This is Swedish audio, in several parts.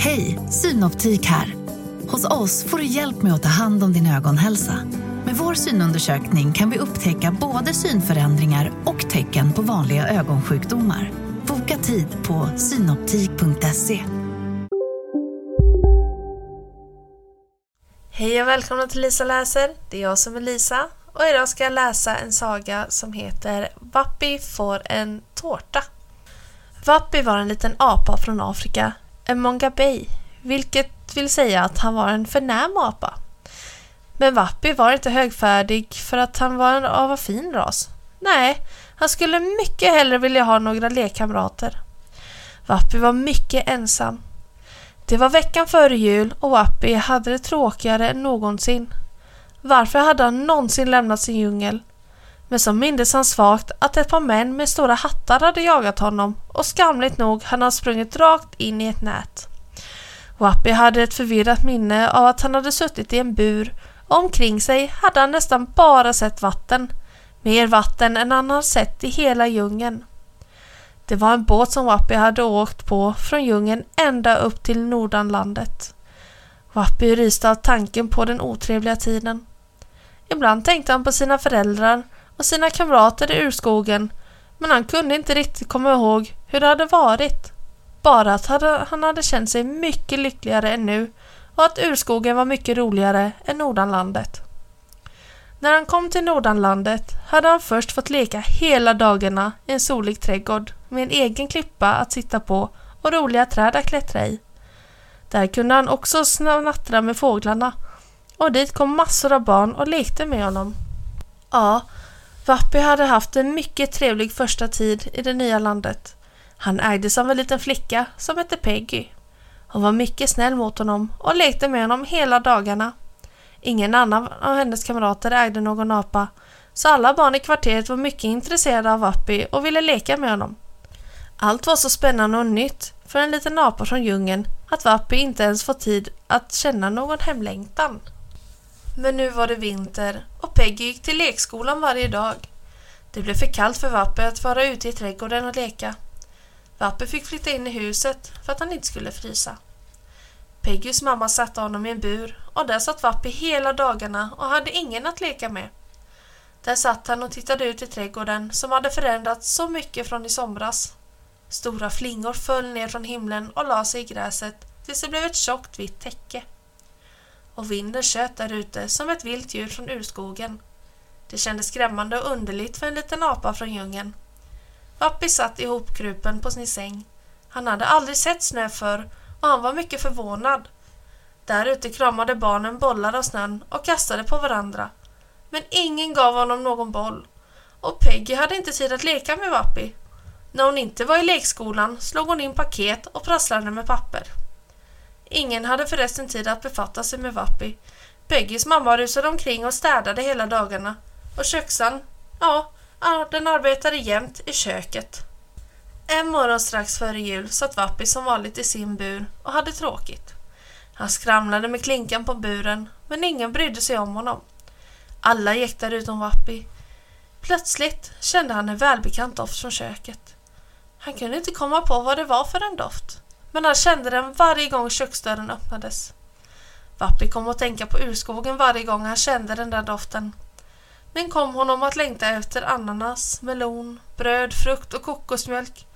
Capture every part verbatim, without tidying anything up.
Hej, Synoptik här. Hos oss får du hjälp med att ta hand om din ögonhälsa. Med vår synundersökning kan vi upptäcka både synförändringar och tecken på vanliga ögonsjukdomar. Boka tid på synoptik punkt se. Hej och välkomna till Lisa läser. Det är jag som är Lisa och idag ska jag läsa en saga som heter Wappi får en tårta. Wappi var en liten apa från Afrika, en mongabey, vilket vill säga att han var en förnäm apa. Men Wappi var inte högfärdig för att han var en av en fin ras. Nej, han skulle mycket hellre vilja ha några lekkamrater. Wappi var mycket ensam. Det var veckan före jul och Wappi hade det tråkigare än någonsin. Varför hade han någonsin lämnat sin djungel? Men så mindes han svagt att ett par män med stora hattar hade jagat honom och skamligt nog hade han sprungit rakt in i ett nät. Wappi hade ett förvirrat minne av att han hade suttit i en bur och omkring sig hade han nästan bara sett vatten. Mer vatten än han hade sett i hela djungeln. Det var en båt som Wappi hade åkt på från djungeln ända upp till Nordanlandet. Wappi ryste av tanken på den otrevliga tiden. Ibland tänkte han på sina föräldrar och sina kamrater i urskogen, men han kunde inte riktigt komma ihåg hur det hade varit. Bara att han hade känt sig mycket lyckligare än nu och att urskogen var mycket roligare än Nordanlandet. När han kom till Nordanlandet hade han först fått leka hela dagarna i en solig trädgård med en egen klippa att sitta på och roliga träd att klättra i. Där kunde han också snattra med fåglarna och dit kom massor av barn och lekte med honom. Ja, Wappi hade haft en mycket trevlig första tid i det nya landet. Han ägdes av en liten flicka som hette Peggy. Hon var mycket snäll mot honom och lekte med honom hela dagarna. Ingen annan av hennes kamrater ägde någon apa, så alla barn i kvarteret var mycket intresserade av Wappi och ville leka med honom. Allt var så spännande och nytt för en liten apa från djungeln att Wappi inte ens fått tid att känna någon hemlängtan. Men nu var det vinter och Peggy gick till lekskolan varje dag. Det blev för kallt för Wappi att vara ute i trädgården och leka. Wappi fick flytta in i huset för att han inte skulle frysa. Peggys mamma satte honom i en bur och där satt Wappi hela dagarna och hade ingen att leka med. Där satt han och tittade ut i trädgården som hade förändrats så mycket från i somras. Stora flingor föll ner från himlen och la sig i gräset tills det blev ett tjockt vitt täcke. Och vinden tjöt där ute som ett vilt djur från urskogen. Det kändes skrämmande och underligt för en liten apa från djungeln. Wappi satt ihopkrupen på sin säng. Han hade aldrig sett snö förr och han var mycket förvånad. Där ute kramade barnen bollar av snön och kastade på varandra. Men ingen gav honom någon boll. Och Peggy hade inte tid att leka med Wappi. När hon inte var i lekskolan slog hon in paket och prasslade med papper. Ingen hade förresten tid att befatta sig med Wappi. Peggys mamma rusade omkring och städade hela dagarna. Och köksan, ja, den arbetade jämt i köket. En morgon strax före jul satt Wappi som vanligt i sin bur och hade tråkigt. Han skramlade med klinkan på buren, men ingen brydde sig om honom. Alla jäktade utom Wappi. Plötsligt kände han en välbekant doft från köket. Han kunde inte komma på vad det var för en doft, men han kände den varje gång köksdörren öppnades. Wappi kom att tänka på urskogen varje gång han kände den där doften. Den kom honom att längta efter ananas, melon, bröd, frukt och kokosmjölk.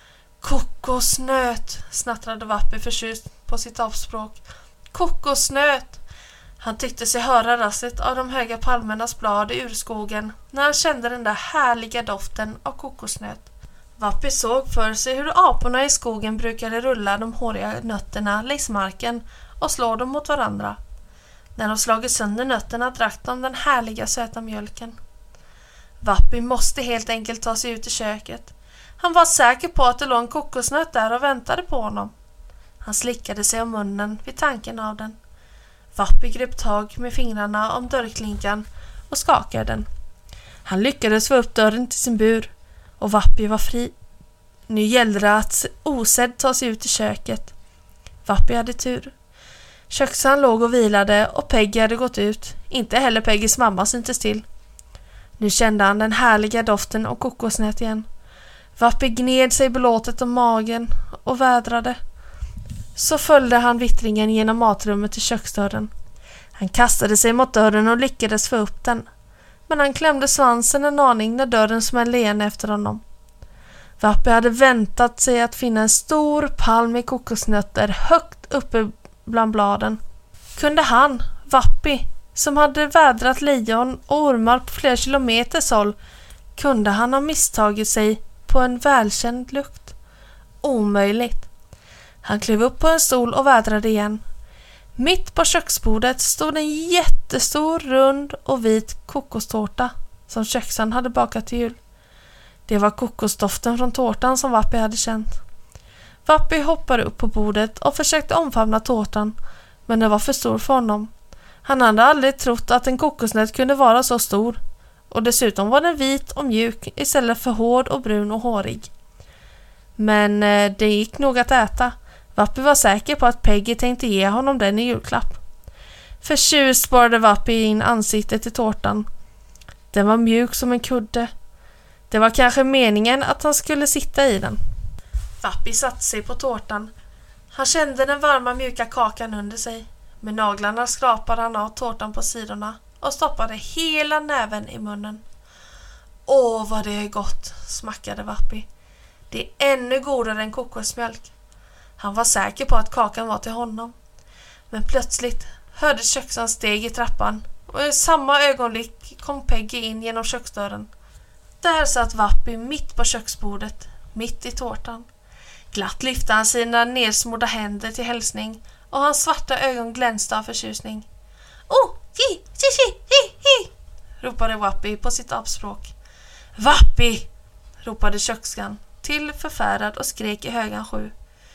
Kokosnöt, snattrade Wappi förtjust på sitt avspråk. Kokosnöt! Han tyckte sig höra rasset av de höga palmernas blad i urskogen när han kände den där härliga doften av kokosnöt. Wappi såg för sig hur aporna i skogen brukade rulla de håriga nötterna längs marken och slå dem mot varandra. När de slagit sönder nötterna drack de den härliga söta mjölken. Wappi måste helt enkelt ta sig ut i köket. Han var säker på att det låg en kokosnöt där och väntade på honom. Han slickade sig om munnen vid tanken av den. Wappi grep tag med fingrarna om dörrklinkan och skakade den. Han lyckades få upp dörren till sin bur och Wappi var fri. Nu gällde det att osedd ta sig ut i köket. Wappi hade tur. Köksan låg och vilade och Peggy hade gått ut. Inte heller Peggys mamma syntes till. Nu kände han den härliga doften och kokosnöt igen. Wappi gned sig belåtet om magen och vädrade. så följde han vittringen genom matrummet till köksdörren. Han kastade sig mot dörren och lyckades få upp den. Men han klämde svansen en aning när dörren smällde igen efter honom. Vappy hade väntat sig att finna en stor palm med kokosnötter högt uppe bland bladen. Kunde han, Vappy, som hade vädrat lejon och ormar på flera kilometers håll, kunde han ha misstagit sig på en välkänd lukt? Omöjligt. Han klev upp på en stol och vädrade igen. Mitt på köksbordet stod en jättestor, rund och vit kokostårta som köksan hade bakat till jul. Det var kokosdoften från tårtan som Vappy hade känt. Vappy hoppade upp på bordet och försökte omfamna tårtan, men det var för stor för honom. Han hade aldrig trott att en kokosnöt kunde vara så stor, och dessutom var den vit och mjuk istället för hård och brun och hårig. Men eh, det gick nog att äta. Vappy var säker på att Peggy tänkte ge honom den i julklapp. Förtjust borrade Vappy in ansiktet i tårtan. Den var mjuk som en kudde. Det var kanske meningen att han skulle sitta i den. Vappy satte sig på tårtan. Han kände den varma mjuka kakan under sig. Med naglarna skrapade han av tårtan på sidorna och stoppade hela näven i munnen. Åh, vad det är gott, smackade Vappy. Det är ännu godare än kokosmjölk. Han var säker på att kakan var till honom. Men plötsligt hörde köksan steg i trappan och i samma ögonblick kom Peggy in genom köksdörren. Där satt Vappy mitt på köksbordet, mitt i tårtan. Glatt lyfte han sina nedsmorda händer till hälsning och hans svarta ögon glänste av förtjusning. Oh, hi, hi, hi, hi, ropade Vappy på sitt apspråk. Vappy, ropade kökskan till förfärad och skrek i högan sju.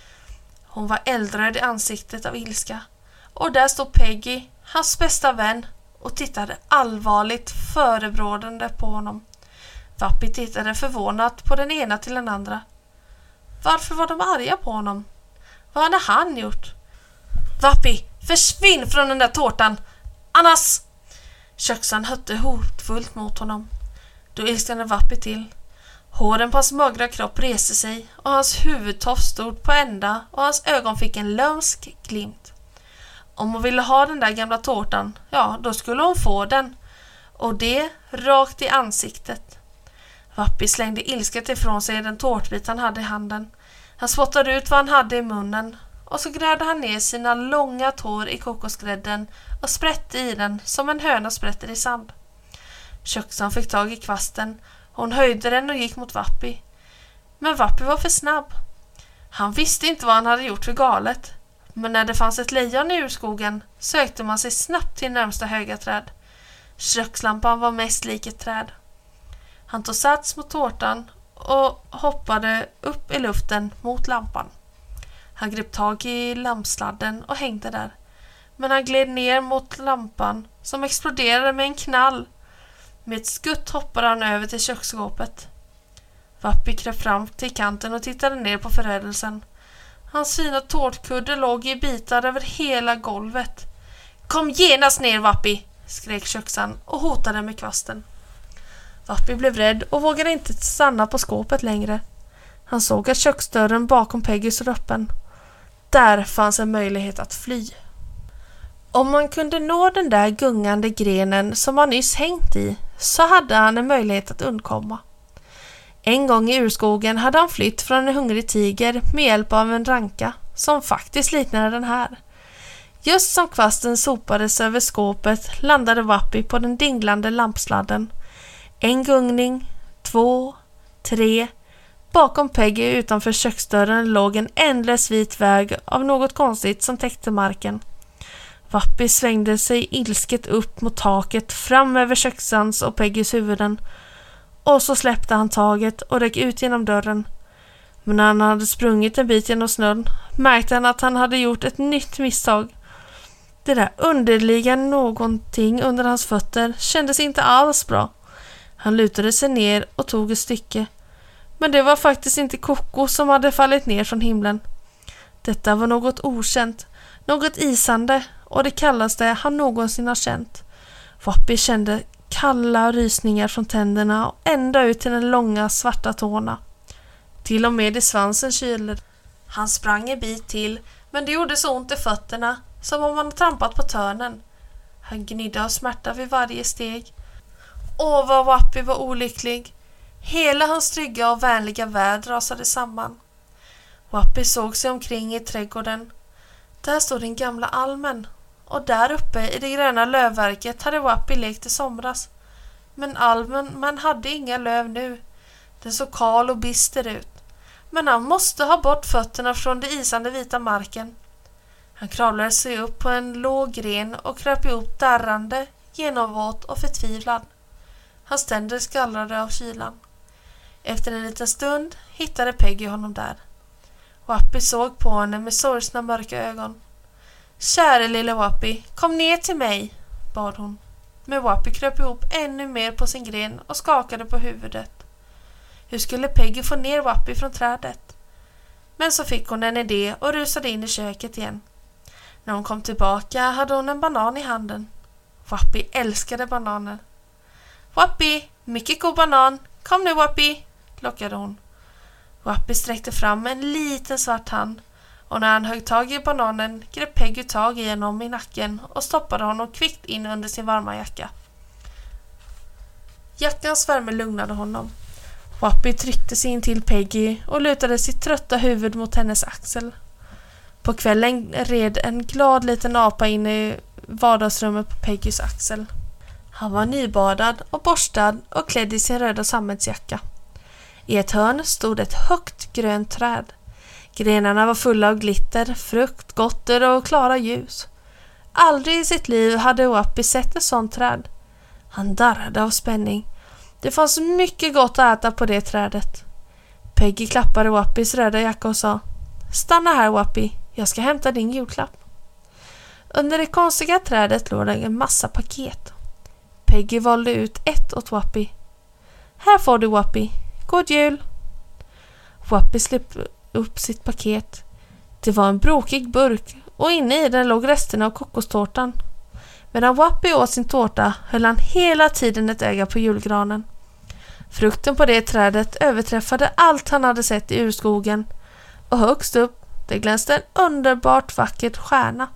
Hon var eldröd i ansiktet av ilska, och där stod Peggy, hans bästa vän, och tittade allvarligt förebrådande på honom. Vappy tittade förvånat på den ena till den andra. Varför var de arga på honom? Vad hade han gjort? Vappy, försvinn från den där tårtan! Annars! Köksan hötte hotfullt mot honom. Då ilskade Vappy till. Håren på hans magra kropp reste sig och hans huvudtofs stod på ända och hans ögon fick en lömsk glimt. Om hon ville ha den där gamla tårtan, ja, då skulle hon få den. Och det rakt i ansiktet. Vappy slängde ilsket ifrån sig den tårtbit han hade i handen. Han spottade ut vad han hade i munnen och så grävde han ner sina långa tår i kokosgrädden och sprätte i den som en höna sprätter i sand. Köksan fick tag i kvasten. Hon höjde den och gick mot Vappy. Men Vappy var för snabb. Han visste inte vad han hade gjort för galet. Men när det fanns ett lejon i urskogen sökte man sig snabbt till närmsta höga träd. Kökslampan var mest lik ett träd. Han tog sats mot tårtan och hoppade upp i luften mot lampan. Han grep tag i lampsladden och hängde där. Men han gled ner mot lampan som exploderade med en knall. Med ett skutt hoppade han över till köksskåpet. Vappy kröp fram till kanten och tittade ner på förödelsen. Hans fina tårtkudde låg i bitar över hela golvet. Kom genast ner, Vappy, skrek köksan och hotade med kvasten. Vappy blev rädd och vågade inte stanna på skåpet längre. Han såg att köksdörren bakom Peggy stod öppen. Där fanns en möjlighet att fly. Om man kunde nå den där gungande grenen som han nyss hängt i, så hade han en möjlighet att undkomma. En gång i urskogen hade han flytt från en hungrig tiger med hjälp av en ranka som faktiskt liknade den här. Just som kvasten sopades över skåpet landade Vappy på den dinglande lampsladden. En gungning, två, tre. Bakom Peggy utanför köksdörren låg en ändlös vit väg av något konstigt som täckte marken. Vappy svängde sig ilsket upp mot taket fram över köksans och Peggys huvuden. Och så släppte han taget och dök ut genom dörren. Men när han hade sprungit en bit genom snön märkte han att han hade gjort ett nytt misstag. Det där underliga någonting under hans fötter kändes inte alls bra. Han lutade sig ner och tog ett stycke. Men det var faktiskt inte kokos som hade fallit ner från himlen. Detta var något okänt, något isande och det kallaste han någonsin har känt. Vappy kände kalla rysningar från tänderna och ända ut till den långa svarta tårna. Till och med i svansen kylde. Han sprang en bit till, men det gjorde så ont i fötterna som om man trampat på törnen. Han gnydde av smärta vid varje steg. Åh, vad Wappy var olycklig. Hela hans trygga och vänliga värld rasade samman. Wappy såg sig omkring i trädgården. Där stod den gamla almen, och där uppe i det gröna lövverket hade Wappy lekt i somras. Men almen man hade inga löv nu. Den såg kal och bister ut. Men han måste ha bort fötterna från den isande vita marken. Han kravlade sig upp på en låg gren och kröp ihop darrande, genomvåt och förtvivlad. Hans tänder skallrade av kylan. Efter en liten stund hittade Peggy honom där. Wappy såg på henne med sorgsna mörka ögon. Käre lille Wappy, kom ner till mig, bad hon. Men Wappy kröp ihop ännu mer på sin gren och skakade på huvudet. Hur skulle Peggy få ner Wappy från trädet? Men så fick hon en idé och rusade in i köket igen. När hon kom tillbaka hade hon en banan i handen. Wappy älskade bananer. Wappy, mycket god banan. Kom nu Wappy, lockade hon. Wappy sträckte fram en liten svart hand, och när han högg tag i bananen grep Peggy tag i honom i nacken och stoppade honom kvickt in under sin varma jacka. Jackans värme lugnade honom. Wappy tryckte sig in till Peggy och lutade sitt trötta huvud mot hennes axel. På kvällen red en glad liten apa in i vardagsrummet på Peggys axel. Han var nybadad och borstad och klädd i sin röda sammetsjacka. I ett hörn stod ett högt grönt träd. Grenarna var fulla av glitter, frukt, gotter och klara ljus. Aldrig i sitt liv hade Wappy sett ett sånt träd. Han darrade av spänning. Det fanns mycket gott att äta på det trädet. Peggy klappade Wappys röda jacka och sa: Stanna här Wappy, jag ska hämta din julklapp. Under det konstiga trädet låg en massa paket. Peggy valde ut ett åt Wappy. Här får du Wappy, god jul. Wappy släppte upp sitt paket. Det var en brokig burk och inne i den låg resterna av kokostårtan. Medan Wappy åt sin tårta höll han hela tiden ett öga på julgranen. Frukten på det trädet överträffade allt han hade sett i urskogen, och högst upp det glänste en underbart vackert stjärna.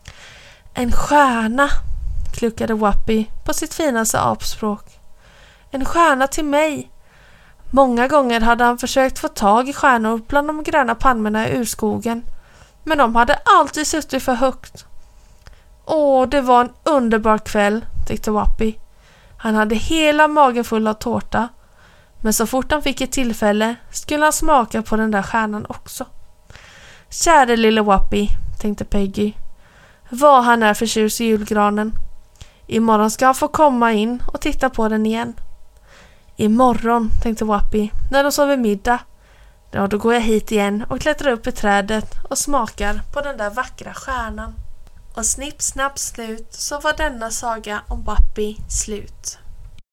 En stjärna, kluckade Wappy på sitt finaste apspråk. En stjärna till mig. Många gånger hade han försökt få tag i stjärnor bland de gröna palmerna i urskogen, men de hade alltid suttit för högt. Åh, det var en underbar kväll, tyckte Wappy. Han hade hela magen full av tårta, men så fort han fick ett tillfälle skulle han smaka på den där stjärnan också. Käre lille Wappy, tänkte Peggy. Vad han är förtjust i julgranen. Imorgon ska han få komma in och titta på den igen. Imorgon, tänkte Wappy, när de sover middag. Ja, då går jag hit igen och klättrar upp i trädet och smakar på den där vackra stjärnan. Och snipp, snapp, slut så var denna saga om Wappy slut.